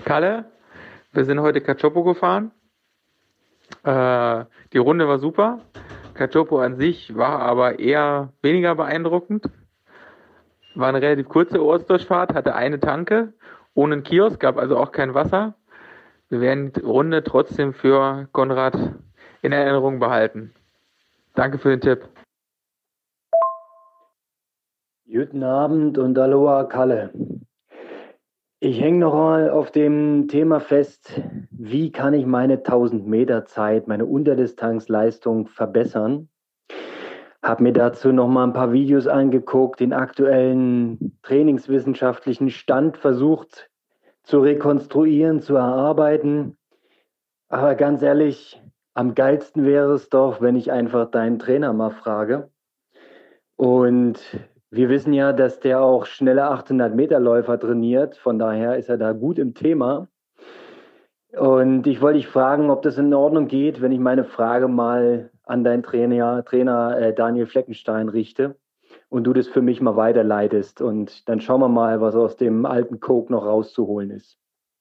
Kalle, wir sind heute Cacioppo gefahren. Die Runde war super. Cacioppo an sich war aber eher weniger beeindruckend. War eine relativ kurze Ortsdurchfahrt, hatte eine Tanke, ohne einen Kiosk, gab also auch kein Wasser. Wir werden die Runde trotzdem für Konrad in Erinnerung behalten. Danke für den Tipp. Guten Abend und Aloha Kalle. Ich hänge noch mal auf dem Thema fest, wie kann ich meine 1000 Meter Zeit, meine Unterdistanzleistung verbessern? Habe mir dazu noch mal ein paar Videos angeguckt, den aktuellen trainingswissenschaftlichen Stand versucht zu rekonstruieren, zu erarbeiten. Aber ganz ehrlich, am geilsten wäre es doch, wenn ich einfach deinen Trainer mal frage. Und wir wissen ja, dass der auch schnelle 800-Meter-Läufer trainiert. Von daher ist er da gut im Thema. Und ich wollte dich fragen, ob das in Ordnung geht, wenn ich meine Frage mal an deinen Trainer Daniel Fleckenstein richte und du das für mich mal weiterleitest. Und dann schauen wir mal, was aus dem alten Coke noch rauszuholen ist.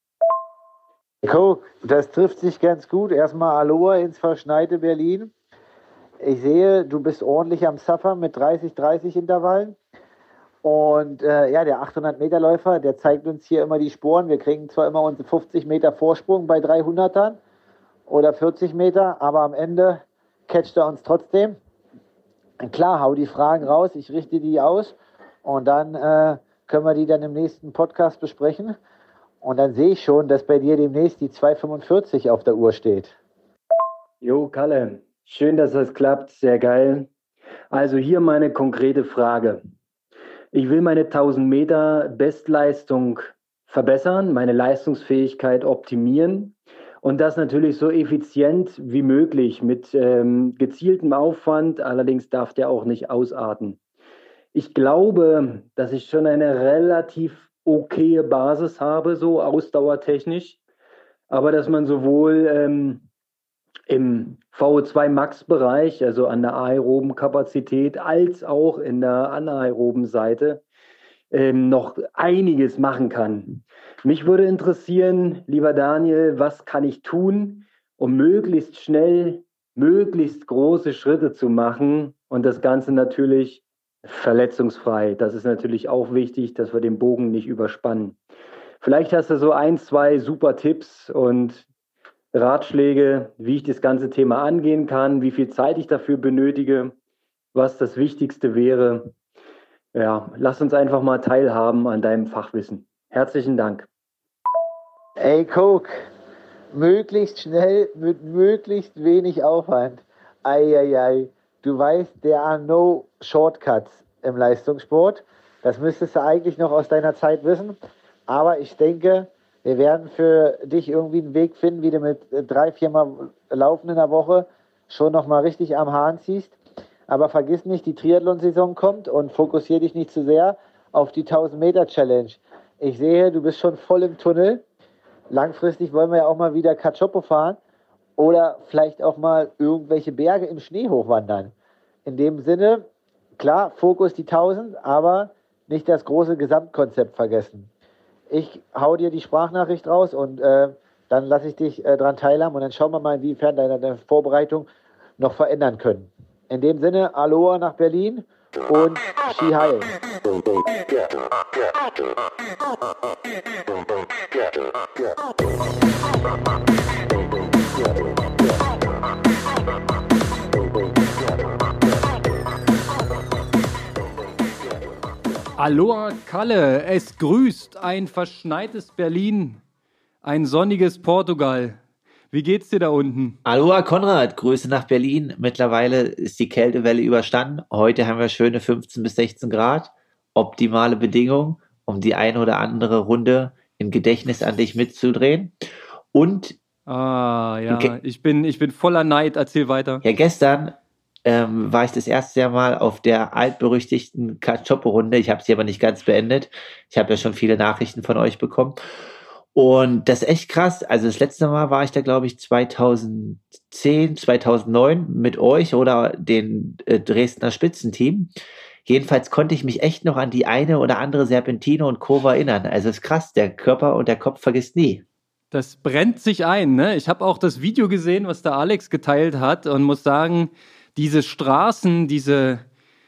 Coke, das trifft sich ganz gut. Erstmal Aloha ins verschneite Berlin. Ich sehe, du bist ordentlich am Suffern mit 30-30 Intervallen. Und der 800-Meter-Läufer, der zeigt uns hier immer die Sporen. Wir kriegen zwar immer unsere 50 Meter Vorsprung bei 300ern oder 40 Meter, aber am Ende catcht er uns trotzdem. Und klar, hau die Fragen raus, ich richte die aus und dann können wir die dann im nächsten Podcast besprechen. Und dann sehe ich schon, dass bei dir demnächst die 2,45 auf der Uhr steht. Jo, Kalle. Schön, dass das klappt, sehr geil. Also hier meine konkrete Frage. Ich will meine 1000 Meter Bestleistung verbessern, meine Leistungsfähigkeit optimieren und das natürlich so effizient wie möglich mit gezieltem Aufwand, allerdings darf der auch nicht ausarten. Ich glaube, dass ich schon eine relativ okaye Basis habe, so ausdauertechnisch, aber dass man sowohl im VO2 Max-Bereich, also an der aeroben Kapazität, als auch in der anaeroben Seite noch einiges machen kann. Mich würde interessieren, lieber Daniel, was kann ich tun, um möglichst schnell, möglichst große Schritte zu machen und das Ganze natürlich verletzungsfrei. Das ist natürlich auch wichtig, dass wir den Bogen nicht überspannen. Vielleicht hast du so 1, 2 super Tipps und Ratschläge, wie ich das ganze Thema angehen kann, wie viel Zeit ich dafür benötige, was das Wichtigste wäre. Ja, lass uns einfach mal teilhaben an deinem Fachwissen. Herzlichen Dank. Ey, Coke, möglichst schnell mit möglichst wenig Aufwand. Eieiei, du weißt, there are no shortcuts im Leistungssport. Das müsstest du eigentlich noch aus deiner Zeit wissen. Aber ich denke, wir werden für dich irgendwie einen Weg finden, wie du mit 3, 4 Mal Laufen in der Woche schon nochmal richtig am Hahn ziehst. Aber vergiss nicht, die Triathlon-Saison kommt und fokussiere dich nicht zu sehr auf die 1000-Meter-Challenge. Ich sehe, du bist schon voll im Tunnel. Langfristig wollen wir ja auch mal wieder Cacioppo fahren oder vielleicht auch mal irgendwelche Berge im Schnee hochwandern. In dem Sinne, klar, Fokus die 1000, aber nicht das große Gesamtkonzept vergessen. Ich hau dir die Sprachnachricht raus und dann lasse ich dich dran teilhaben und dann schauen wir mal, inwiefern deine Vorbereitung noch verändern können. In dem Sinne, Aloha nach Berlin und Ski heil. Aloha Kalle, es grüßt ein verschneites Berlin, ein sonniges Portugal. Wie geht's dir da unten? Aloha Konrad, Grüße nach Berlin. Mittlerweile ist die Kältewelle überstanden. Heute haben wir schöne 15 bis 16 Grad. Optimale Bedingungen, um die eine oder andere Runde im Gedächtnis an dich mitzudrehen. Und ich bin voller Neid. Erzähl weiter. Ja, gestern war ich das erste Mal auf der altberüchtigten Cacioppo-Runde. Ich habe sie aber nicht ganz beendet. Ich habe ja schon viele Nachrichten von euch bekommen. Und das ist echt krass. Also das letzte Mal war ich da, glaube ich, 2010, 2009 mit euch oder den Dresdner Spitzenteam. Jedenfalls konnte ich mich echt noch an die eine oder andere Serpentine und Kurve erinnern. Also es ist krass, der Körper und der Kopf vergisst nie. Das brennt sich ein, ne? Ich habe auch das Video gesehen, was der Alex geteilt hat und muss sagen, diese Straßen, diese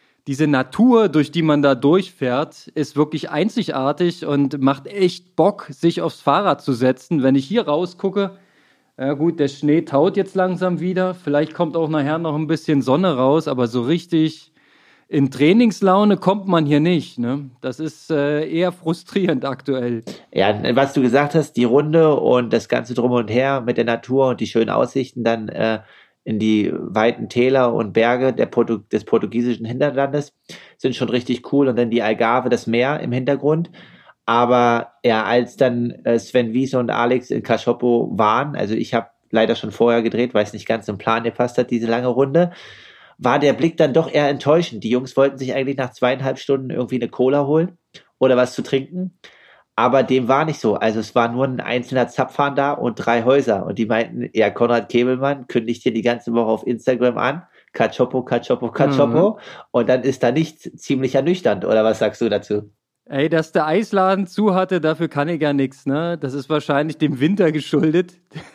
Natur, durch die man da durchfährt, ist wirklich einzigartig und macht echt Bock, sich aufs Fahrrad zu setzen. Wenn ich hier rausgucke, ja gut, der Schnee taut jetzt langsam wieder. Vielleicht kommt auch nachher noch ein bisschen Sonne raus, aber so richtig in Trainingslaune kommt man hier nicht, ne? Das ist eher frustrierend aktuell. Ja, was du gesagt hast, die Runde und das Ganze drum und her mit der Natur und die schönen Aussichten dann in die weiten Täler und Berge des portugiesischen Hinterlandes sind schon richtig cool. Und dann die Algarve, das Meer im Hintergrund. Aber ja, als dann Sven Wiese und Alex in Cachopo waren, also ich habe leider schon vorher gedreht, weil es nicht ganz im Plan gepasst hat, diese lange Runde, war der Blick dann doch eher enttäuschend. Die Jungs wollten sich eigentlich nach 2,5 Stunden irgendwie eine Cola holen oder was zu trinken, aber dem war nicht so. Also es war nur ein einzelner Zapfhahn da und 3 Häuser und die meinten, ja, Konrad Kebelmann kündigt hier die ganze Woche auf Instagram an, Cachopo, Cachopo, Cachopo, und dann ist da nichts ziemlich ernüchternd, oder was sagst du dazu? Ey, dass der Eisladen zu hatte, dafür kann ich ja nichts, ne? Das ist wahrscheinlich dem Winter geschuldet,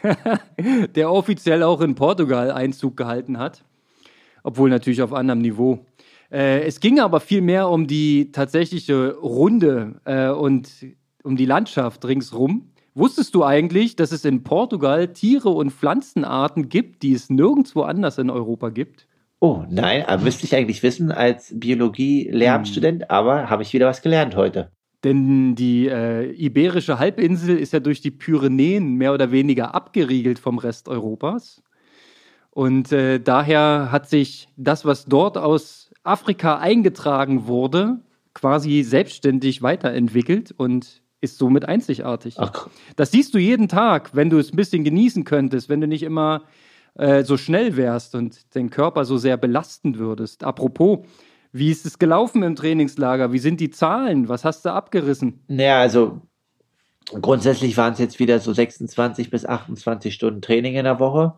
der offiziell auch in Portugal Einzug gehalten hat. Obwohl natürlich auf anderem Niveau. Es ging aber viel mehr um die tatsächliche Runde und um die Landschaft ringsrum. Wusstest du eigentlich, dass es in Portugal Tiere und Pflanzenarten gibt, die es nirgendwo anders in Europa gibt? Oh, nein, aber müsste ich eigentlich wissen als Biologie-Lehramtsstudent, aber habe ich wieder was gelernt heute. Denn die Iberische Halbinsel ist ja durch die Pyrenäen mehr oder weniger abgeriegelt vom Rest Europas. Und daher hat sich das, was dort aus Afrika eingetragen wurde, quasi selbstständig weiterentwickelt und ist somit einzigartig. Ach. Das siehst du jeden Tag, wenn du es ein bisschen genießen könntest, wenn du nicht immer so schnell wärst und den Körper so sehr belasten würdest. Apropos, wie ist es gelaufen im Trainingslager? Wie sind die Zahlen? Was hast du abgerissen? Naja, also grundsätzlich waren es jetzt wieder so 26 bis 28 Stunden Training in der Woche.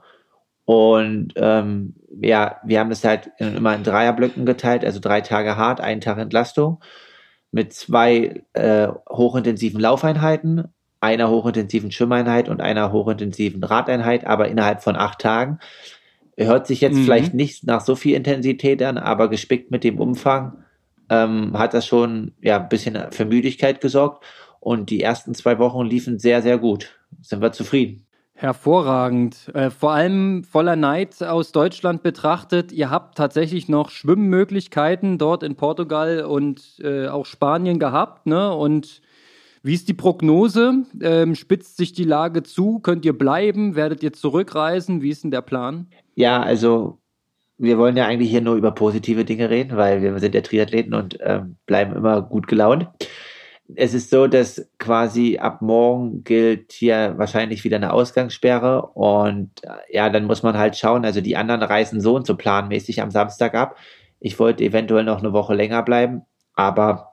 Und ja, wir haben das halt immer in Dreierblöcken geteilt, also 3 Tage hart, 1 Tag Entlastung mit 2 hochintensiven Laufeinheiten, einer hochintensiven Schwimmeinheit und einer hochintensiven Radeinheit, aber innerhalb von 8 Tagen. Hört sich jetzt vielleicht nicht nach so viel Intensität an, aber gespickt mit dem Umfang hat das schon ja ein bisschen für Müdigkeit gesorgt. Und die ersten 2 Wochen liefen sehr, sehr gut. Sind wir zufrieden. Hervorragend. Vor allem voller Neid aus Deutschland betrachtet. Ihr habt tatsächlich noch Schwimmmöglichkeiten dort in Portugal und auch Spanien gehabt, ne? Und wie ist die Prognose? Spitzt sich die Lage zu? Könnt ihr bleiben? Werdet ihr zurückreisen? Wie ist denn der Plan? Ja, also wir wollen ja eigentlich hier nur über positive Dinge reden, weil wir sind ja Triathleten und bleiben immer gut gelaunt. Es ist so, dass quasi ab morgen gilt hier wahrscheinlich wieder eine Ausgangssperre und ja, dann muss man halt schauen, also die anderen reisen so und so planmäßig am Samstag ab. Ich wollte eventuell noch eine Woche länger bleiben, aber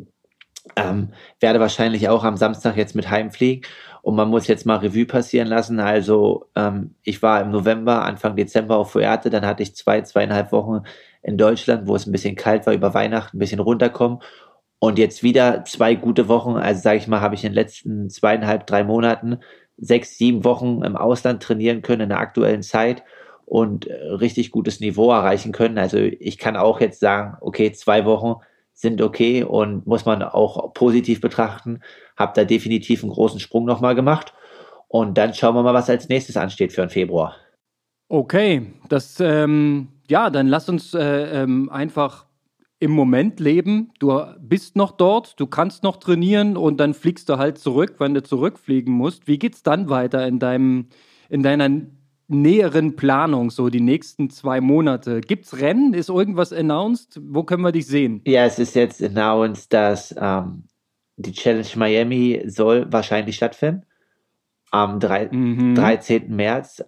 werde wahrscheinlich auch am Samstag jetzt mit heimfliegen und man muss jetzt mal Revue passieren lassen. Also ich war im November, Anfang Dezember auf Fuerte, dann hatte ich 2,5 Wochen in Deutschland, wo es ein bisschen kalt war, über Weihnachten ein bisschen runterkommen. Und jetzt wieder 2 gute Wochen, also sage ich mal, habe ich in den letzten 2,5, 3 Monaten 6, 7 Wochen im Ausland trainieren können in der aktuellen Zeit und richtig gutes Niveau erreichen können. Also ich kann auch jetzt sagen, okay, 2 Wochen sind okay und muss man auch positiv betrachten. Habe da definitiv einen großen Sprung nochmal gemacht. Und dann schauen wir mal, was als nächstes ansteht für den Februar. Okay, ja, dann lass uns einfach im Moment leben. Du bist noch dort, du kannst noch trainieren und dann fliegst du halt zurück, wenn du zurückfliegen musst. Wie geht's dann weiter in deiner näheren Planung, so die nächsten 2 Monate? Gibt's Rennen? Ist irgendwas announced? Wo können wir dich sehen? Ja, es ist jetzt announced, dass die Challenge Miami soll wahrscheinlich stattfinden am 13. März.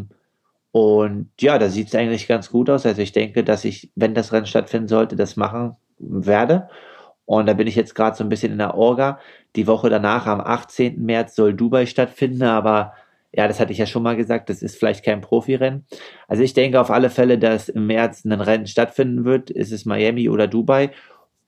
Und ja, da sieht es eigentlich ganz gut aus. Also ich denke, dass ich, wenn das Rennen stattfinden sollte, das machen werde. Und da bin ich jetzt gerade so ein bisschen in der Orga. Die Woche danach, am 18. März, soll Dubai stattfinden. Aber ja, das hatte ich ja schon mal gesagt, das ist vielleicht kein Profirennen. Also ich denke auf alle Fälle, dass im März ein Rennen stattfinden wird. Ist es Miami oder Dubai?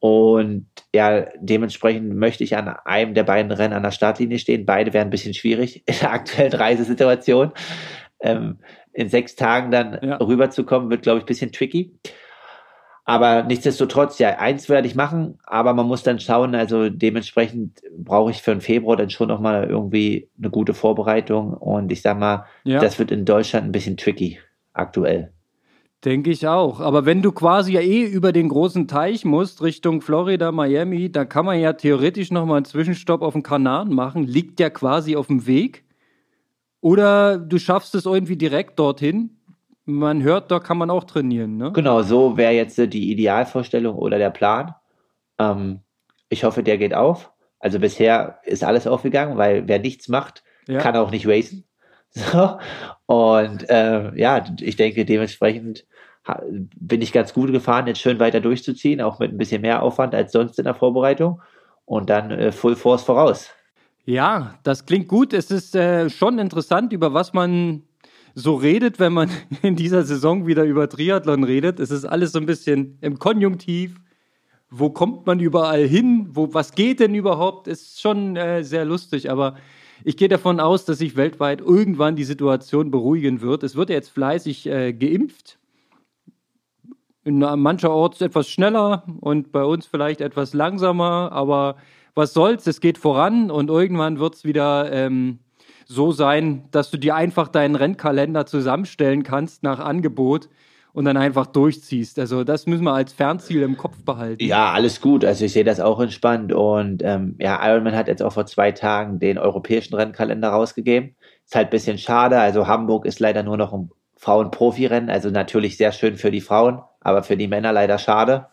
Und ja, dementsprechend möchte ich an einem der beiden Rennen an der Startlinie stehen. Beide wären ein bisschen schwierig in der aktuellen Reisesituation. In 6 Tagen dann rüberzukommen, wird, glaube ich, ein bisschen tricky. Aber nichtsdestotrotz, ja, eins werde ich machen, aber man muss dann schauen, also dementsprechend brauche ich für den Februar dann schon nochmal irgendwie eine gute Vorbereitung und ich sag mal, das wird in Deutschland ein bisschen tricky aktuell. Denke ich auch. Aber wenn du quasi ja über den großen Teich musst, Richtung Florida, Miami, da kann man ja theoretisch nochmal einen Zwischenstopp auf dem Kanal machen, liegt ja quasi auf dem Weg. Oder du schaffst es irgendwie direkt dorthin. Man hört, da kann man auch trainieren, ne? Genau, so wäre jetzt die Idealvorstellung oder der Plan. Ich hoffe, der geht auf. Also bisher ist alles aufgegangen, weil wer nichts macht, kann auch nicht racen. So. Und ich denke, dementsprechend bin ich ganz gut gefahren, jetzt schön weiter durchzuziehen, auch mit ein bisschen mehr Aufwand als sonst in der Vorbereitung. Und dann Full Force voraus. Ja, das klingt gut. Es ist schon interessant, über was man so redet, wenn man in dieser Saison wieder über Triathlon redet. Es ist alles so ein bisschen im Konjunktiv. Wo kommt man überall hin? Was geht denn überhaupt? Ist schon sehr lustig, aber ich gehe davon aus, dass sich weltweit irgendwann die Situation beruhigen wird. Es wird jetzt fleißig geimpft. Mancherorts etwas schneller und bei uns vielleicht etwas langsamer, aber was soll's, es geht voran und irgendwann wird es wieder so sein, dass du dir einfach deinen Rennkalender zusammenstellen kannst nach Angebot und dann einfach durchziehst. Also das müssen wir als Fernziel im Kopf behalten. Ja, alles gut. Also ich sehe das auch entspannt. Und Ironman hat jetzt auch vor 2 Tagen den europäischen Rennkalender rausgegeben. Ist halt ein bisschen schade. Also Hamburg ist leider nur noch ein Frauen-Profi-Rennen. Also natürlich sehr schön für die Frauen, aber für die Männer leider schade.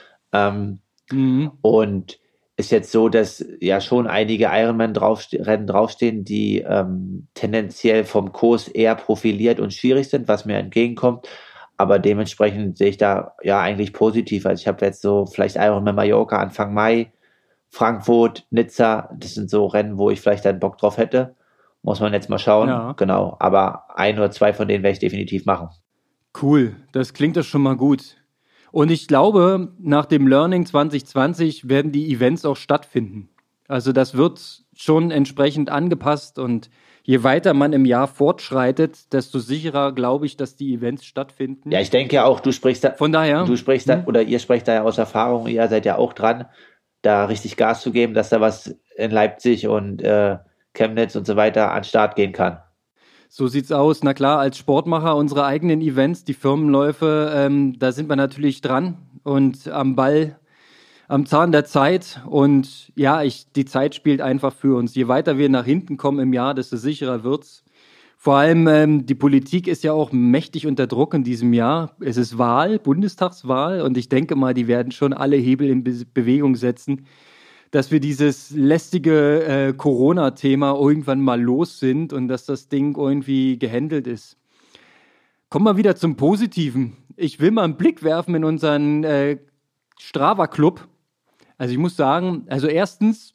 Und ist jetzt so, dass ja schon einige Ironman-Rennen draufstehen, die tendenziell vom Kurs eher profiliert und schwierig sind, was mir entgegenkommt. Aber dementsprechend sehe ich da ja eigentlich positiv. Also ich habe jetzt so vielleicht Ironman Mallorca Anfang Mai, Frankfurt, Nizza. Das sind so Rennen, wo ich vielleicht dann Bock drauf hätte. Muss man jetzt mal schauen. Ja. Genau. Aber 1 oder 2 von denen werde ich definitiv machen. Cool. Das klingt doch schon mal gut. Und ich glaube, nach dem Learning 2020 werden die Events auch stattfinden. Also das wird schon entsprechend angepasst und je weiter man im Jahr fortschreitet, desto sicherer glaube ich, dass die Events stattfinden. Ja, ich denke ja auch, du sprichst da, oder ihr sprecht da ja aus Erfahrung, ihr seid ja auch dran, da richtig Gas zu geben, dass da was in Leipzig und Chemnitz und so weiter an den Start gehen kann. So sieht's aus. Na klar, als Sportmacher unsere eigenen Events, die Firmenläufe, da sind wir natürlich dran und am Ball, am Zahn der Zeit. Und ja, die Zeit spielt einfach für uns. Je weiter wir nach hinten kommen im Jahr, desto sicherer wird's. Vor allem die Politik ist ja auch mächtig unter Druck in diesem Jahr. Es ist Wahl, Bundestagswahl, und ich denke mal, die werden schon alle Hebel in Bewegung setzen, dass wir dieses lästige Corona-Thema irgendwann mal los sind und dass das Ding irgendwie gehandelt ist. Kommen wir wieder zum Positiven. Ich will mal einen Blick werfen in unseren Strava-Club. Also ich muss sagen, also erstens,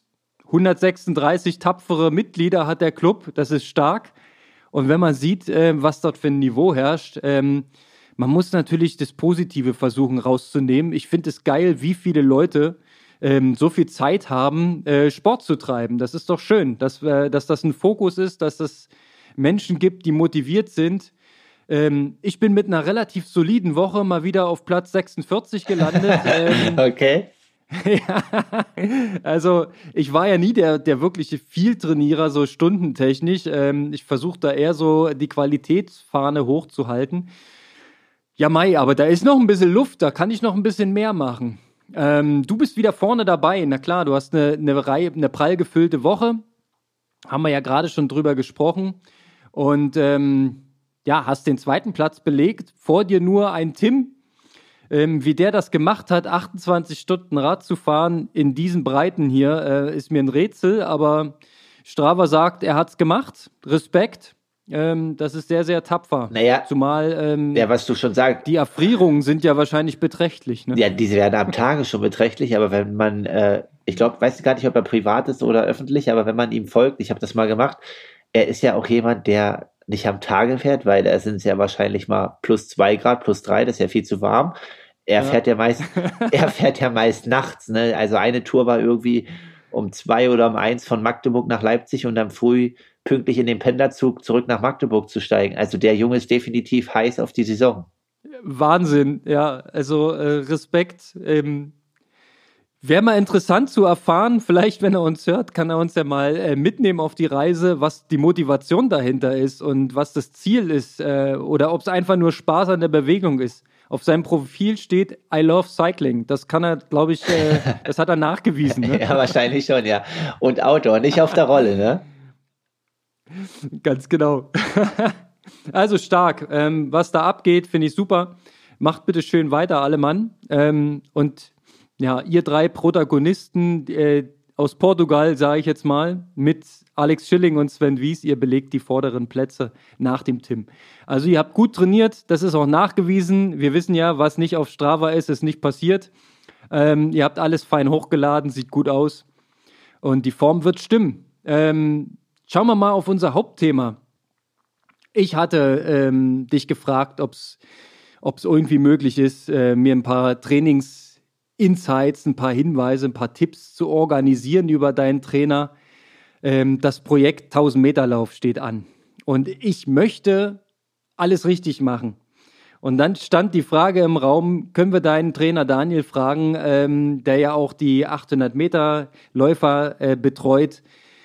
136 tapfere Mitglieder hat der Club, das ist stark. Und wenn man sieht, was dort für ein Niveau herrscht, man muss natürlich das Positive versuchen rauszunehmen. Ich finde es geil, wie viele Leute so viel Zeit haben, Sport zu treiben. Das ist doch schön, dass das ein Fokus ist, dass es Menschen gibt, die motiviert sind. Ich bin mit einer relativ soliden Woche mal wieder auf Platz 46 gelandet. Okay. Ja, also ich war ja nie der wirkliche Vieltrainierer, so stundentechnisch. Ich versuche da eher so die Qualitätsfahne hochzuhalten. Ja, Mai, aber da ist noch ein bisschen Luft, da kann ich noch ein bisschen mehr machen. Du bist wieder vorne dabei. Na klar, du hast eine prall gefüllte Woche. Haben wir ja gerade schon drüber gesprochen. Und hast den 2. Platz belegt. Vor dir nur ein Tim. Wie der das gemacht hat, 28 Stunden Rad zu fahren in diesen Breiten hier, ist mir ein Rätsel. Aber Strava sagt, er hat's gemacht. Respekt. Das ist sehr, sehr tapfer. Naja, zumal was du schon sagst, die Erfrierungen sind ja wahrscheinlich beträchtlich. Ne? Ja, diese werden am Tage schon beträchtlich, aber wenn man, ich glaube, weiß gar nicht, ob er privat ist oder öffentlich, aber wenn man ihm folgt, ich habe das mal gemacht, er ist ja auch jemand, der nicht am Tage fährt, weil da sind es ja wahrscheinlich mal +2 Grad, +3, das ist ja viel zu warm. er fährt ja meist nachts, ne? Also eine Tour war irgendwie um 2 oder um 1 von Magdeburg nach Leipzig und dann früh pünktlich in den Pendlerzug zurück nach Magdeburg zu steigen. Also der Junge ist definitiv heiß auf die Saison. Wahnsinn, ja, also Respekt. Wäre mal interessant zu erfahren, vielleicht, wenn er uns hört, kann er uns ja mal mitnehmen auf die Reise, was die Motivation dahinter ist und was das Ziel ist oder ob es einfach nur Spaß an der Bewegung ist. Auf seinem Profil steht I love cycling. Das kann er, glaube ich, das hat er nachgewiesen. Ne? Ja, wahrscheinlich schon, ja. Und Outdoor, nicht auf der Rolle, ne? Ganz genau. Also stark. Was da abgeht, finde ich super. Macht bitte schön weiter, alle Mann. Und ja, ihr 3 Protagonisten aus Portugal, sage ich jetzt mal, mit Alex Schilling und Sven Wies, ihr belegt die vorderen Plätze nach dem Tim. Also ihr habt gut trainiert, das ist auch nachgewiesen. Wir wissen ja, was nicht auf Strava ist nicht passiert. Ihr habt alles fein hochgeladen, sieht gut aus. Und die Form wird stimmen. Schauen wir mal auf unser Hauptthema. Ich hatte dich gefragt, ob es irgendwie möglich ist, mir ein paar Trainings-Insights, ein paar Hinweise, ein paar Tipps zu organisieren über deinen Trainer. Das Projekt 1000-Meter-Lauf steht an. Und ich möchte alles richtig machen. Und dann stand die Frage im Raum, können wir deinen Trainer Daniel fragen, der ja auch die 800-Meter-Läufer betreut,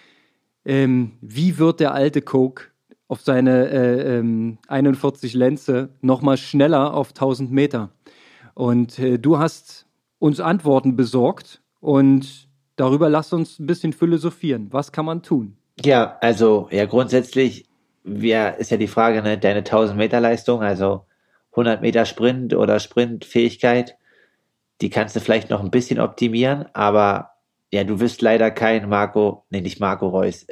wie wird der alte Coke auf seine 41 Lenze nochmal schneller auf 1000 Meter? Und du hast uns Antworten besorgt und darüber lasst uns ein bisschen philosophieren. Was kann man tun? Ja, also ja grundsätzlich ist ja die Frage, ne, deine 1000 Meter Leistung, also 100 Meter Sprint oder Sprintfähigkeit, die kannst du vielleicht noch ein bisschen optimieren, aber ja, du wirst leider kein nicht Marco Reus.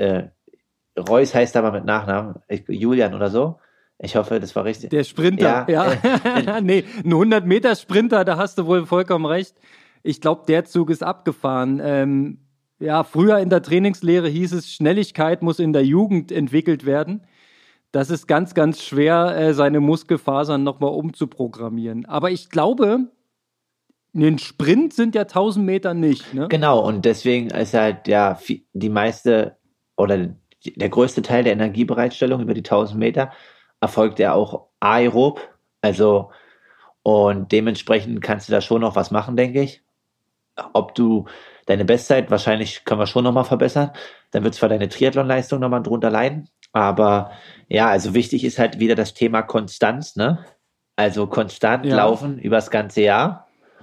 Reus heißt aber mit Nachnamen, Julian oder so. Ich hoffe, das war richtig. Der Sprinter, ja. Nee, ein 100-Meter-Sprinter, da hast du wohl vollkommen recht. Ich glaube, der Zug ist abgefahren. Ja, früher in der Trainingslehre hieß es, Schnelligkeit muss in der Jugend entwickelt werden. Das ist ganz, ganz schwer, seine Muskelfasern nochmal umzuprogrammieren. Aber ich glaube, ein Sprint sind ja 1000 Meter nicht, ne? Genau, und deswegen ist halt ja die meiste oder der größte Teil der Energiebereitstellung über die 1000 Meter erfolgt ja auch aerob, also und dementsprechend kannst du da schon noch was machen, denke ich. Ob du deine Bestzeit, wahrscheinlich können wir schon nochmal verbessern, dann wird zwar deine Triathlon-Leistung nochmal drunter leiden, aber ja, also wichtig ist halt wieder das Thema Konstanz, ne? Also konstant laufen über das ganze Jahr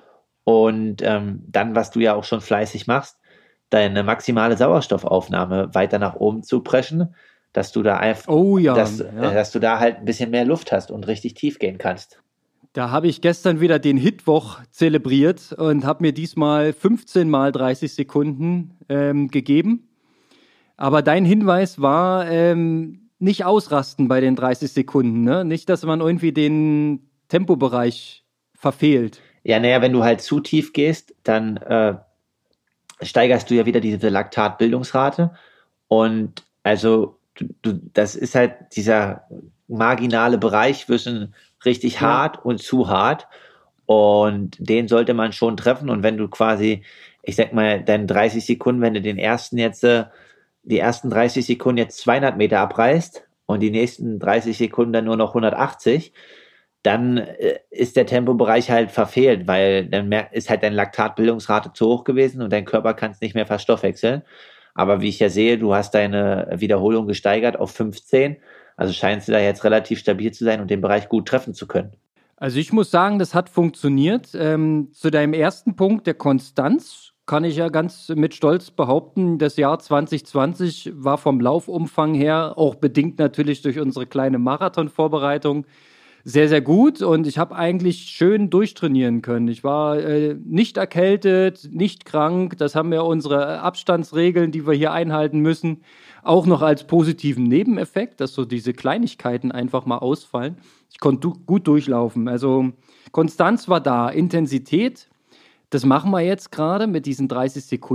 und dann, was du ja auch schon fleißig machst, deine maximale Sauerstoffaufnahme weiter nach oben zu preschen, dass du da einfach, dass du da halt ein bisschen mehr Luft hast und richtig tief gehen kannst. Da habe ich gestern wieder den Hitwoch zelebriert und habe mir diesmal 15 mal 30 Sekunden gegeben. Aber dein Hinweis war nicht ausrasten bei den 30 Sekunden, ne? Nicht, dass man irgendwie den Tempobereich verfehlt. Ja, naja, wenn du halt zu tief gehst, dann steigerst du ja wieder diese Laktatbildungsrate und also das ist halt dieser marginale Bereich zwischen richtig hart und zu hart und den sollte man schon treffen und wenn du quasi, ich sag mal, deine 30 Sekunden, wenn du die ersten 30 Sekunden jetzt 200 Meter abreißt und die nächsten 30 Sekunden dann nur noch 180, dann ist der Tempobereich halt verfehlt, weil dann ist halt deine Laktatbildungsrate zu hoch gewesen und dein Körper kann es nicht mehr verstoffwechseln. Aber wie ich ja sehe, du hast deine Wiederholung gesteigert auf 15, also scheinst du da jetzt relativ stabil zu sein und den Bereich gut treffen zu können. Also ich muss sagen, das hat funktioniert. Zu deinem ersten Punkt der Konstanz kann ich ja ganz mit Stolz behaupten, das Jahr 2020 war vom Laufumfang her, auch bedingt natürlich durch unsere kleine Marathonvorbereitung, sehr, sehr gut und ich habe eigentlich schön durchtrainieren können. Ich war nicht erkältet, nicht krank. Das haben ja unsere Abstandsregeln, die wir hier einhalten müssen, auch noch als positiven Nebeneffekt, dass so diese Kleinigkeiten einfach mal ausfallen. Ich konnte gut durchlaufen. Also Konstanz war da, Intensität. Das machen wir jetzt gerade mit diesen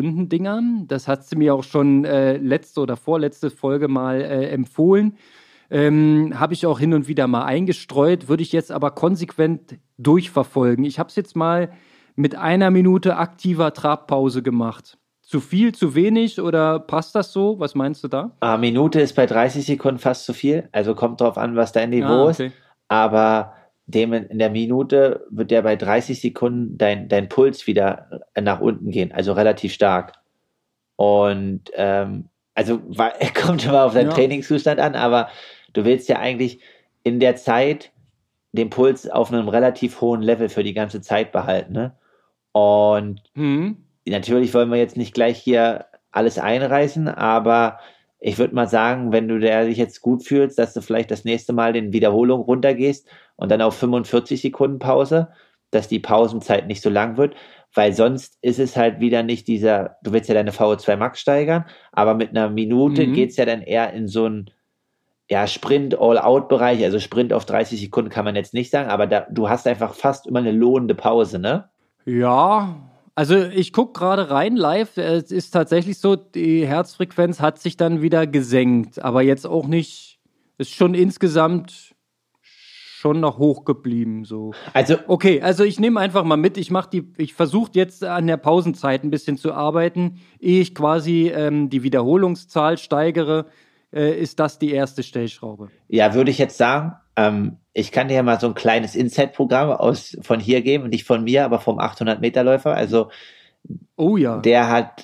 30-Sekunden-Dingern. Das hat sie mir auch schon letzte oder vorletzte Folge mal empfohlen. Habe ich auch hin und wieder mal eingestreut, würde ich jetzt aber konsequent durchverfolgen. Ich habe es jetzt mal mit 1 Minute aktiver Trabpause gemacht. Zu viel, zu wenig oder passt das so? Was meinst du da? Minute ist bei 30 Sekunden fast zu viel. Also kommt drauf an, was dein Niveau ist. Okay. Aber in der Minute wird ja bei 30 Sekunden dein Puls wieder nach unten gehen. Also relativ stark. Und kommt immer auf deinen Trainingszustand an, aber du willst ja eigentlich in der Zeit den Puls auf einem relativ hohen Level für die ganze Zeit behalten. Ne? Und natürlich wollen wir jetzt nicht gleich hier alles einreißen, aber ich würde mal sagen, wenn du dich jetzt gut fühlst, dass du vielleicht das nächste Mal in Wiederholung runtergehst und dann auf 45 Sekunden Pause, dass die Pausenzeit nicht so lang wird, weil sonst ist es halt wieder nicht du willst ja deine VO2 Max steigern, aber mit einer Minute geht es ja dann eher in so einen Sprint-All-Out-Bereich, also Sprint auf 30 Sekunden kann man jetzt nicht sagen, aber du hast einfach fast immer eine lohnende Pause, ne? Ja, also ich gucke gerade rein live, es ist tatsächlich so, die Herzfrequenz hat sich dann wieder gesenkt, aber jetzt auch nicht, ist schon insgesamt schon noch hoch geblieben. So. Also, okay, also ich nehme einfach mal mit, ich versuche jetzt an der Pausenzeit ein bisschen zu arbeiten, ehe ich quasi die Wiederholungszahl steigere, ist das die erste Stellschraube. Ja, würde ich jetzt sagen, ich kann dir ja mal so ein kleines Insight-Programm von hier geben, nicht von mir, aber vom 800-Meter-Läufer. Also, der hat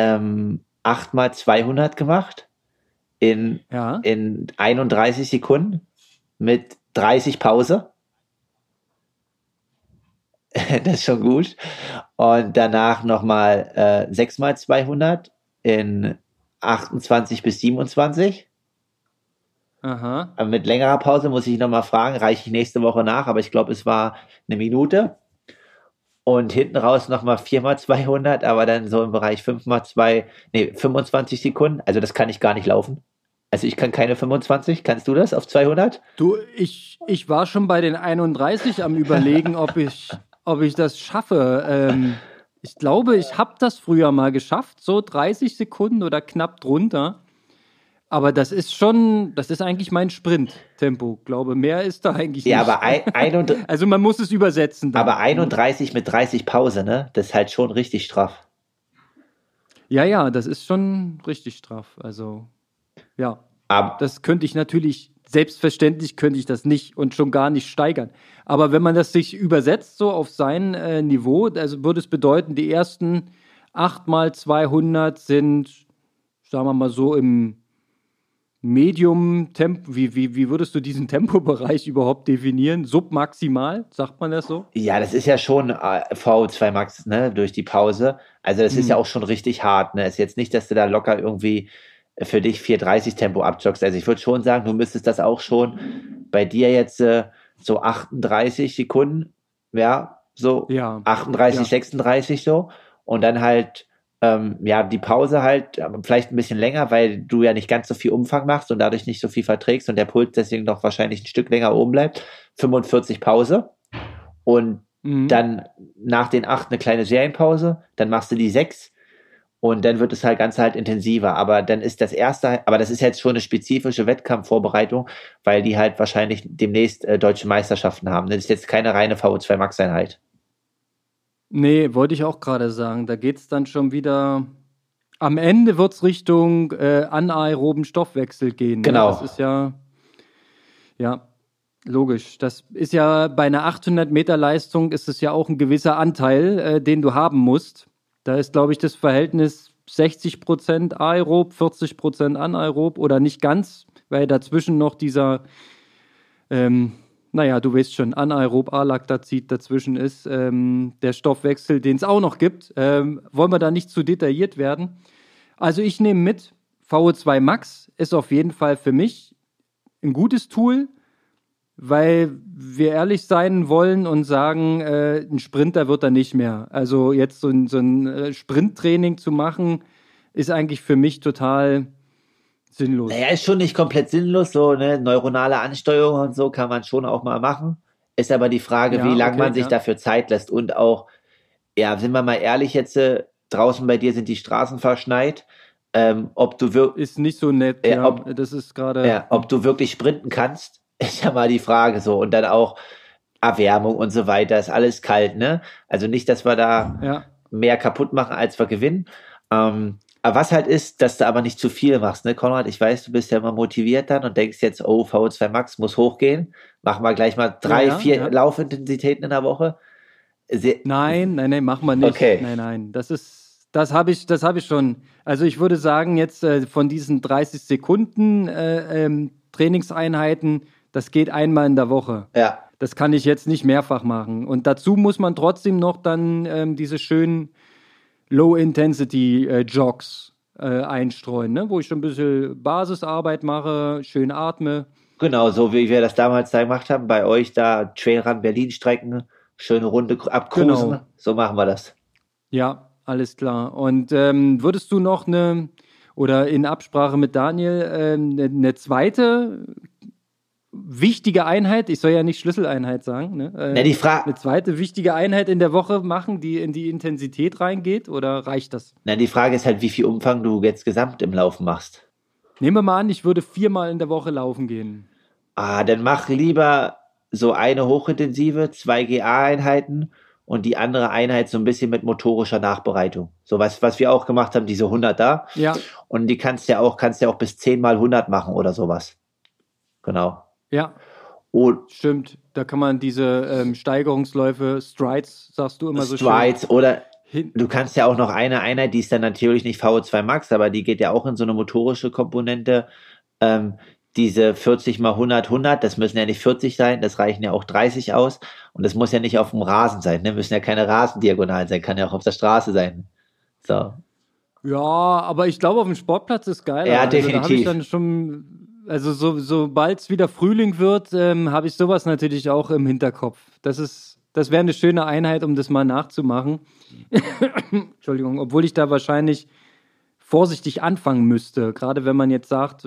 8x200 gemacht in 31 Sekunden mit 30 Pause. Das ist schon gut. Und danach nochmal 6x200 in 28 bis 27. Aha. Aber mit längerer Pause muss ich nochmal fragen, reiche ich nächste Woche nach, aber ich glaube, es war 1 Minute. Und hinten raus nochmal 4x200, aber dann so im Bereich 25 Sekunden. Also das kann ich gar nicht laufen. Also ich kann keine 25. Kannst du das auf 200? Du, ich war schon bei den 31 am Überlegen, ob ich das schaffe. Ich glaube, ich habe das früher mal geschafft, so 30 Sekunden oder knapp drunter. Aber das ist eigentlich mein Sprinttempo. Glaube, mehr ist da eigentlich nicht. Ja, aber also man muss es übersetzen. Dann. Aber 31 mit 30 Pause, ne? Das ist halt schon richtig straff. Ja, das ist schon richtig straff. Also, ja. Das könnte ich natürlich, selbstverständlich könnte ich das nicht und schon gar nicht steigern. Aber wenn man das sich übersetzt, so auf sein Niveau, also würde es bedeuten, die ersten 8x200 sind, sagen wir mal so, im Medium-Tempo, wie würdest du diesen Tempobereich überhaupt definieren? Submaximal, sagt man das so? Ja, das ist ja schon VO2 Max, ne, durch die Pause. Also das ist ja auch schon richtig hart, ne. Ist jetzt nicht, dass du da locker irgendwie für dich 4:30 Tempo abjoggst. Also ich würde schon sagen, du müsstest das auch schon bei dir jetzt so 38 Sekunden, so 38, 36 so. Und dann halt die Pause halt vielleicht ein bisschen länger, weil du ja nicht ganz so viel Umfang machst und dadurch nicht so viel verträgst und der Puls deswegen noch wahrscheinlich ein Stück länger oben bleibt. 45 Pause und dann nach den 8 eine kleine Serienpause, dann machst du die 6 und dann wird es halt ganz intensiver. Aber dann ist das ist jetzt schon eine spezifische Wettkampfvorbereitung, weil die halt wahrscheinlich demnächst deutsche Meisterschaften haben. Das ist jetzt keine reine VO2 Max-Einheit. Nee, wollte ich auch gerade sagen. Da geht es dann schon wieder. Am Ende wird es Richtung anaeroben Stoffwechsel gehen. Genau. Das ist ja logisch. Das ist ja bei einer 800-Meter-Leistung ist es ja auch ein gewisser Anteil, den du haben musst. Da ist, glaube ich, das Verhältnis 60% aerob, 40% anaerob oder nicht ganz, weil dazwischen noch dieser du weißt schon, anaerob Alactazid dazwischen ist, der Stoffwechsel, den es auch noch gibt. Wollen wir da nicht zu detailliert werden? Also ich nehme mit, VO2 Max ist auf jeden Fall für mich ein gutes Tool, weil wir ehrlich sein wollen und sagen, ein Sprinter wird er nicht mehr. Also jetzt so ein Sprinttraining zu machen, ist eigentlich für mich total sinnlos. Naja, ist schon nicht komplett sinnlos, so, ne, neuronale Ansteuerung und so kann man schon auch mal machen. Ist aber die Frage, wie lange man sich dafür Zeit lässt und auch, sind wir mal ehrlich jetzt, draußen bei dir sind die Straßen verschneit. ob du wirklich Ist nicht so nett, Ja, das ist gerade. ja, ob du wirklich sprinten kannst, ist ja mal die Frage so. Und dann auch Erwärmung und so weiter, ist alles kalt, ne? Also nicht, dass wir da Ja. mehr kaputt machen, als wir gewinnen. Aber was halt ist, dass du aber nicht zu viel machst, ne, Konrad? Ich weiß, du bist ja immer motiviert dann und denkst jetzt, oh, VO2 Max muss hochgehen. Machen wir gleich mal 3, 4 Laufintensitäten in der Woche. Nein, mach mal nicht. Okay. Nein. Das habe ich schon. Also ich würde sagen, jetzt von diesen 30 Sekunden Trainingseinheiten, das geht einmal in der Woche. Ja. Das kann ich jetzt nicht mehrfach machen. Und dazu muss man trotzdem noch dann diese schönen Low-Intensity-Jogs einstreuen, ne? Wo ich schon ein bisschen Basisarbeit mache, schön atme. Genau, so wie wir das damals da gemacht haben, bei euch da Trailrun Berlin Strecken, schöne Runde abcruisen. Genau. So machen wir das. Ja, alles klar. Und würdest du noch oder in Absprache mit Daniel eine zweite wichtige Einheit, ich soll ja nicht Schlüsseleinheit sagen, ne? Eine zweite wichtige Einheit in der Woche machen, die in die Intensität reingeht, oder reicht das? Na, die Frage ist halt, wie viel Umfang du jetzt gesamt im Laufen machst. Nehmen wir mal an, ich würde 4-mal in der Woche laufen gehen. Dann mach lieber so eine hochintensive, 2 GA-Einheiten und die andere Einheit so ein bisschen mit motorischer Nachbereitung. So was wir auch gemacht haben, diese 100 da. Ja. Und die kannst ja auch bis 10 mal 100 machen oder sowas. Genau. Ja. Und stimmt. Da kann man diese Steigerungsläufe, Strides, sagst du immer so schön. Strides oder du kannst ja auch noch eine Einheit, die ist dann natürlich nicht VO2 Max, aber die geht ja auch in so eine motorische Komponente. Diese 40 mal 100, 100, das müssen ja nicht 40 sein, das reichen ja auch 30 aus. Und das muss ja nicht auf dem Rasen sein, ne? Müssen ja keine Rasendiagonalen sein, kann ja auch auf der Straße sein. So. Ja, aber ich glaube, auf dem Sportplatz ist geil. Ja, also, definitiv. Da habe ich dann schon, also sobald es wieder Frühling wird, habe ich sowas natürlich auch im Hinterkopf. Das wäre eine schöne Einheit, um das mal nachzumachen. Entschuldigung, obwohl ich da wahrscheinlich vorsichtig anfangen müsste. Gerade wenn man jetzt sagt,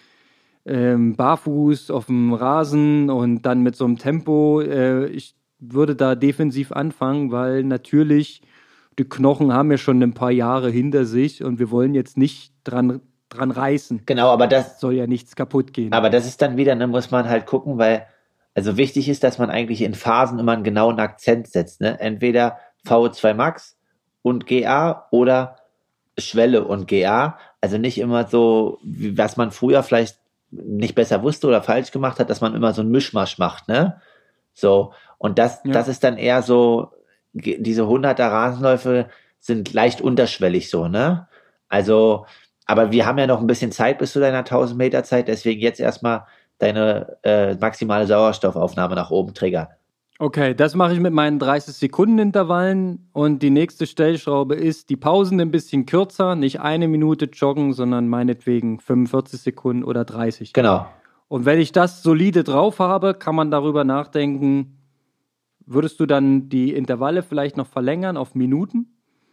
barfuß auf dem Rasen und dann mit so einem Tempo. Ich würde da defensiv anfangen, weil natürlich die Knochen haben ja schon ein paar Jahre hinter sich und wir wollen jetzt nicht dran reißen. Genau, aber das soll ja nichts kaputt gehen. Aber das ist dann wieder, ne, muss man halt gucken, weil also wichtig ist, dass man eigentlich in Phasen immer einen genauen Akzent setzt. Ne? Entweder VO2 Max und GA oder Schwelle und GA. Also nicht immer so, was man früher vielleicht nicht besser wusste oder falsch gemacht hat, dass man immer so einen Mischmasch macht, ne? So. Und das ist dann eher so, diese 100er Rasenläufe sind leicht unterschwellig so, ne? Also, aber wir haben ja noch ein bisschen Zeit bis zu deiner 1000 Meter Zeit, deswegen jetzt erstmal deine maximale Sauerstoffaufnahme nach oben triggern. Okay, das mache ich mit meinen 30-Sekunden-Intervallen und die nächste Stellschraube ist, die Pausen ein bisschen kürzer, nicht 1 Minute joggen, sondern meinetwegen 45 Sekunden oder 30. Genau. Und wenn ich das solide drauf habe, kann man darüber nachdenken, würdest du dann die Intervalle vielleicht noch verlängern auf Minuten?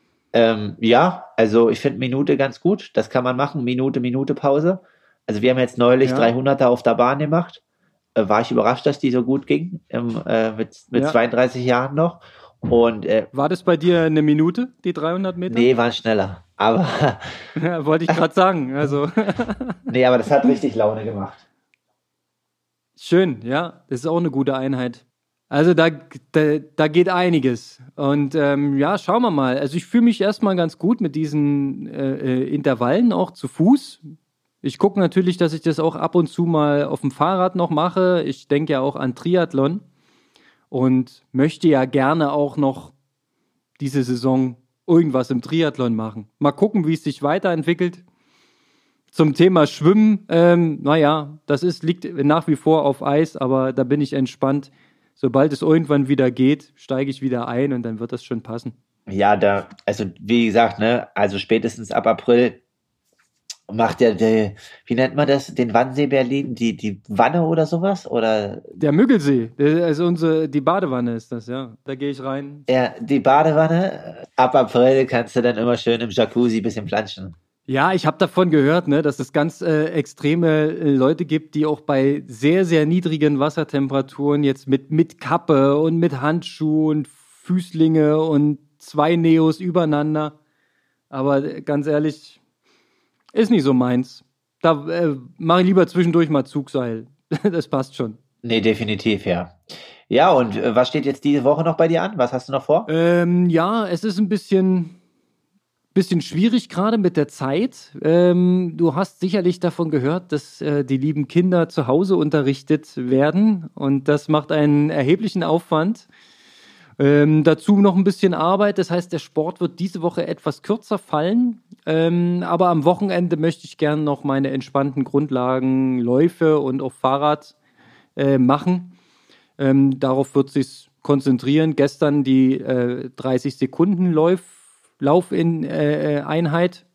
Ja, also ich finde Minute ganz gut, das kann man machen, Minute Pause. Also wir haben jetzt neulich 300er auf der Bahn gemacht. War ich überrascht, dass die so gut ging, mit 32 Jahren noch. Und, war das bei dir eine Minute, die 300 Meter? Nee, waren schneller. Aber ja, wollte ich gerade sagen. Also. Nee, aber das hat richtig Laune gemacht. Schön, ja. Das ist auch eine gute Einheit. Also da geht einiges. Und schauen wir mal. Also ich fühle mich erstmal ganz gut mit diesen Intervallen, auch zu Fuß. Ich gucke natürlich, dass ich das auch ab und zu mal auf dem Fahrrad noch mache. Ich denke ja auch an Triathlon und möchte ja gerne auch noch diese Saison irgendwas im Triathlon machen. Mal gucken, wie es sich weiterentwickelt. Zum Thema Schwimmen, das liegt nach wie vor auf Eis, aber da bin ich entspannt. Sobald es irgendwann wieder geht, steige ich wieder ein und dann wird das schon passen. Ja, also wie gesagt, ne, also spätestens ab April macht wie nennt man das, den Wannsee Berlin, die Wanne oder sowas? Oder? Der Müggelsee, also die Badewanne ist das, ja. Da gehe ich rein. Ja, die Badewanne, ab April kannst du dann immer schön im Jacuzzi ein bisschen planschen. Ja, ich habe davon gehört, ne, dass es ganz extreme Leute gibt, die auch bei sehr, sehr niedrigen Wassertemperaturen jetzt mit Kappe und mit Handschuhen, Füßlinge und 2 Neos übereinander. Aber ganz ehrlich, Ist nicht so meins. Da mache ich lieber zwischendurch mal Zugseil. Das passt schon. Nee, definitiv, ja. Ja, und was steht jetzt diese Woche noch bei dir an? Was hast du noch vor? Ja, es ist ein bisschen schwierig gerade mit der Zeit. Du hast sicherlich davon gehört, dass die lieben Kinder zu Hause unterrichtet werden und das macht einen erheblichen Aufwand. Dazu noch ein bisschen Arbeit, das heißt, der Sport wird diese Woche etwas kürzer fallen, aber am Wochenende möchte ich gerne noch meine entspannten Grundlagenläufe und auf Fahrrad machen. Darauf wird sich konzentrieren. Gestern die 30-Sekunden-Lauf in Einheit.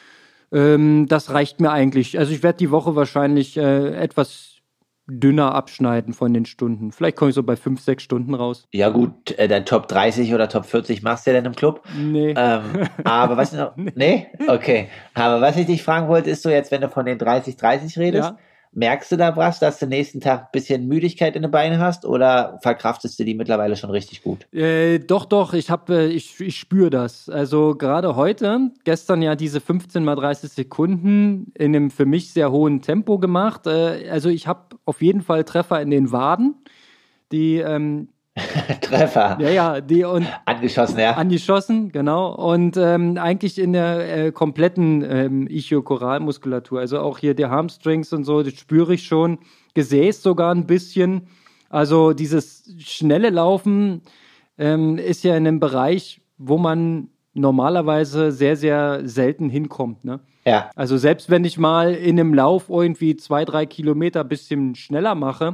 Das reicht mir eigentlich. Also ich werde die Woche wahrscheinlich etwas dünner abschneiden von den Stunden. Vielleicht komme ich so bei 5, 6 Stunden raus. Ja gut, dein Top 30 oder Top 40 machst du ja dann im Club. Nee. Aber was noch? Nee? Okay. Aber was ich dich fragen wollte, ist so jetzt, wenn du von den 30-30 redest, Ja. merkst du da was, dass du nächsten Tag ein bisschen Müdigkeit in den Beinen hast oder verkraftest du die mittlerweile schon richtig gut? Doch, ich spüre das. Also gerade heute, gestern ja diese 15 mal 30 Sekunden in einem für mich sehr hohen Tempo gemacht. Also ich habe auf jeden Fall Treffer in den Waden, die Treffer. die und Angeschossen, ja. angeschossen, genau. Und eigentlich in der kompletten Ischiokoralmuskulatur, also auch hier die Hamstrings und so, das spüre ich schon. Gesäß sogar ein bisschen. Also dieses schnelle Laufen ist ja in einem Bereich, wo man normalerweise sehr, sehr selten hinkommt, ne? Ja. Also selbst wenn ich mal in einem Lauf irgendwie 2, 3 Kilometer ein bisschen schneller mache,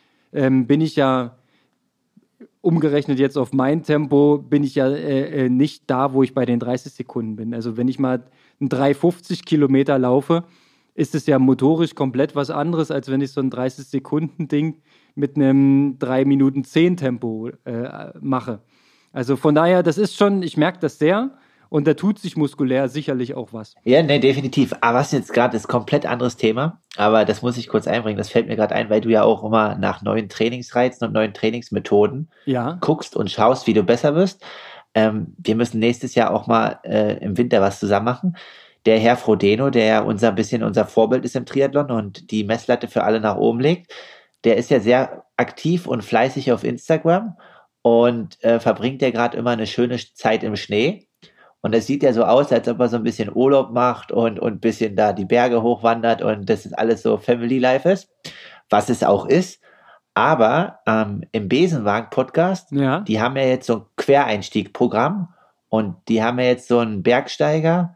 bin ich ja umgerechnet jetzt auf mein Tempo, bin ich ja nicht da, wo ich bei den 30 Sekunden bin. Also wenn ich mal einen 3,50 Kilometer laufe, ist es ja motorisch komplett was anderes, als wenn ich so ein 30-Sekunden-Ding mit einem 3 Minuten 10 Tempo mache. Also von daher, das ist schon, ich merke das sehr. Und da tut sich muskulär sicherlich auch was. Ja, nee, definitiv. Aber was jetzt gerade ist, komplett anderes Thema. Aber das muss ich kurz einbringen. Das fällt mir gerade ein, weil du ja auch immer nach neuen Trainingsreizen und neuen Trainingsmethoden guckst und schaust, wie du besser wirst. Wir müssen nächstes Jahr auch mal im Winter was zusammen machen. Der Herr Frodeno, der ja unser Vorbild ist im Triathlon und die Messlatte für alle nach oben legt, der ist ja sehr aktiv und fleißig auf Instagram und verbringt ja gerade immer eine schöne Zeit im Schnee. Und das sieht ja so aus, als ob er so ein bisschen Urlaub macht und ein bisschen da die Berge hochwandert und das ist alles so Family Life ist, was es auch ist. Aber im Besenwagen-Podcast, die haben ja jetzt so ein Quereinstieg-Programm und die haben ja jetzt so einen Bergsteiger,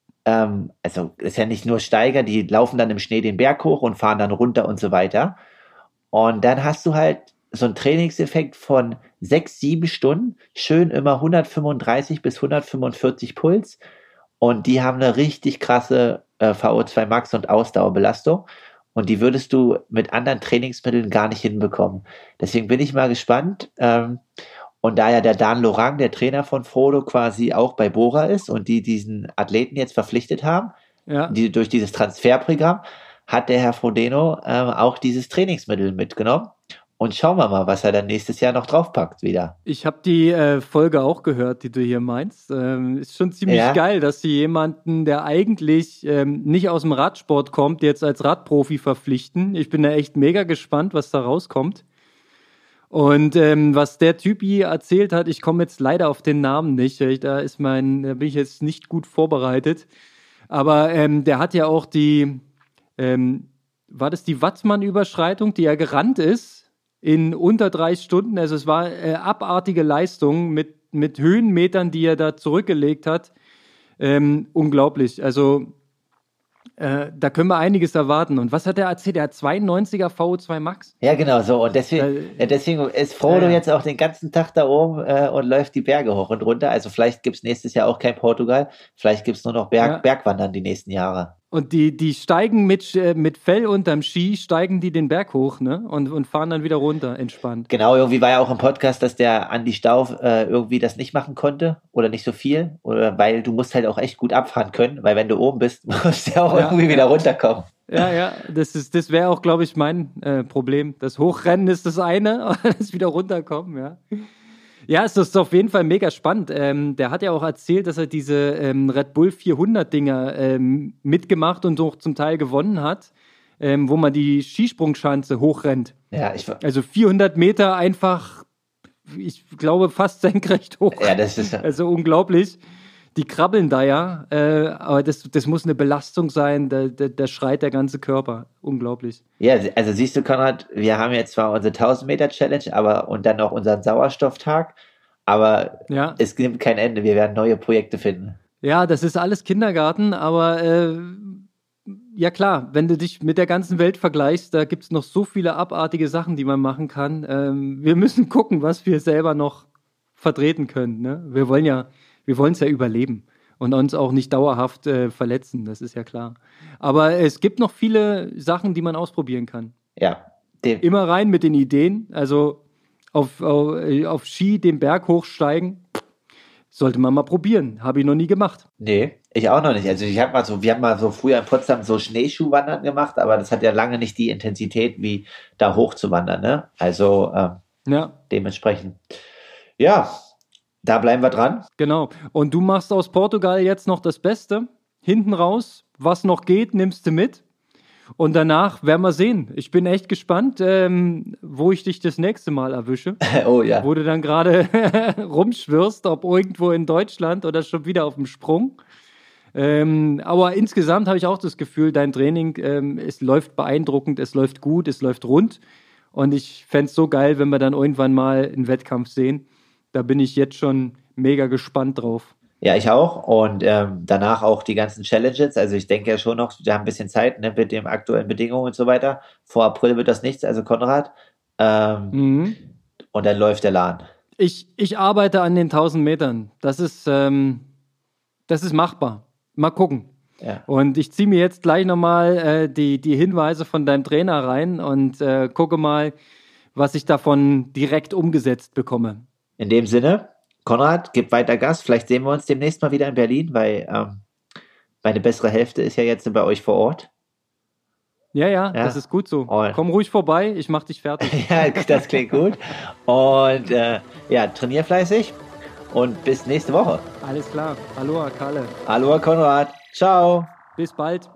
also ist ja nicht nur Steiger, die laufen dann im Schnee den Berg hoch und fahren dann runter und so weiter. Und dann hast du halt so einen Trainingseffekt von 6, 7 Stunden, schön immer 135 bis 145 Puls und die haben eine richtig krasse VO2 Max und Ausdauerbelastung und die würdest du mit anderen Trainingsmitteln gar nicht hinbekommen. Deswegen bin ich mal gespannt und da ja der Dan Lorang, der Trainer von Frodo, quasi auch bei Bora ist und die diesen Athleten jetzt verpflichtet haben, die durch dieses Transferprogramm, hat der Herr Frodeno auch dieses Trainingsmittel mitgenommen. Und schauen wir mal, was er dann nächstes Jahr noch draufpackt wieder. Ich habe die Folge auch gehört, die du hier meinst. Ist schon ziemlich geil, dass sie jemanden, der eigentlich nicht aus dem Radsport kommt, jetzt als Radprofi verpflichten. Ich bin da echt mega gespannt, was da rauskommt. Und was der Typ hier erzählt hat, ich komme jetzt leider auf den Namen nicht. Da bin ich jetzt nicht gut vorbereitet. Aber der hat ja auch war das die Wattmann-Überschreitung, die er gerannt ist? In unter 3 Stunden, also es war abartige Leistung mit Höhenmetern, die er da zurückgelegt hat. Unglaublich, also da können wir einiges erwarten. Und was hat er erzählt? Er hat 92er VO2 Max? Ja, genau so. Und deswegen ist Frodo jetzt auch den ganzen Tag da oben und läuft die Berge hoch und runter. Also vielleicht gibt es nächstes Jahr auch kein Portugal. Vielleicht gibt es nur noch Bergwandern die nächsten Jahre. Und die steigen mit Fell unterm Ski, steigen die den Berg hoch, ne? Und fahren dann wieder runter, entspannt. Genau, irgendwie war ja auch im Podcast, dass der Andi Stauf irgendwie das nicht machen konnte oder nicht so viel. Oder weil du musst halt auch echt gut abfahren können, weil wenn du oben bist, musst du ja auch irgendwie wieder runterkommen. Ja, das wäre auch, glaube ich, mein Problem. Das Hochrennen ist das eine, aber das wieder runterkommen, ja. Ja, es ist auf jeden Fall mega spannend. Der hat ja auch erzählt, dass er diese Red Bull 400-Dinger mitgemacht und auch zum Teil gewonnen hat, wo man die Skisprungschanze hochrennt. Ja, Also 400 Meter einfach, ich glaube, fast senkrecht hoch. Ja, das ist also unglaublich. Die krabbeln da ja, aber das muss eine Belastung sein, da schreit der ganze Körper. Unglaublich. Ja, also siehst du, Konrad, wir haben jetzt zwar unsere 1000-Meter-Challenge, und dann noch unseren Sauerstofftag, aber es gibt kein Ende. Wir werden neue Projekte finden. Ja, das ist alles Kindergarten, aber ja klar, wenn du dich mit der ganzen Welt vergleichst, da gibt es noch so viele abartige Sachen, die man machen kann. Wir müssen gucken, was wir selber noch vertreten können. Ne? Wir wollen es ja überleben und uns auch nicht dauerhaft verletzen, das ist ja klar. Aber es gibt noch viele Sachen, die man ausprobieren kann. Ja. Immer rein mit den Ideen, also auf Ski den Berg hochsteigen, sollte man mal probieren. Habe ich noch nie gemacht. Nee, ich auch noch nicht. Also wir haben mal so früher in Potsdam so Schneeschuhwandern gemacht, aber das hat ja lange nicht die Intensität, wie da hoch zu wandern, ne? Also dementsprechend. Ja, da bleiben wir dran. Genau. Und du machst aus Portugal jetzt noch das Beste. Hinten raus, was noch geht, nimmst du mit. Und danach werden wir sehen. Ich bin echt gespannt, wo ich dich das nächste Mal erwische. Oh ja. Wo du dann gerade rumschwirrst, ob irgendwo in Deutschland oder schon wieder auf dem Sprung. Aber insgesamt habe ich auch das Gefühl, dein Training, es läuft beeindruckend, es läuft gut, es läuft rund. Und ich fände es so geil, wenn wir dann irgendwann mal einen Wettkampf sehen. Da bin ich jetzt schon mega gespannt drauf. Ja, ich auch. Und danach auch die ganzen Challenges. Also ich denke ja schon noch, wir haben ein bisschen Zeit, ne, mit den aktuellen Bedingungen und so weiter. Vor April wird das nichts, also Konrad. Und dann läuft der Laden. Ich arbeite an den 1000 Metern. Das ist machbar. Mal gucken. Ja. Und ich ziehe mir jetzt gleich nochmal die Hinweise von deinem Trainer rein und gucke mal, was ich davon direkt umgesetzt bekomme. In dem Sinne, Konrad, gib weiter Gas. Vielleicht sehen wir uns demnächst mal wieder in Berlin, weil meine bessere Hälfte ist ja jetzt bei euch vor Ort. Ja, das ist gut so. Und komm ruhig vorbei, ich mach dich fertig. Ja, das klingt gut. Und trainier fleißig und bis nächste Woche. Alles klar. Aloha, Kalle. Aloha, Konrad. Ciao. Bis bald.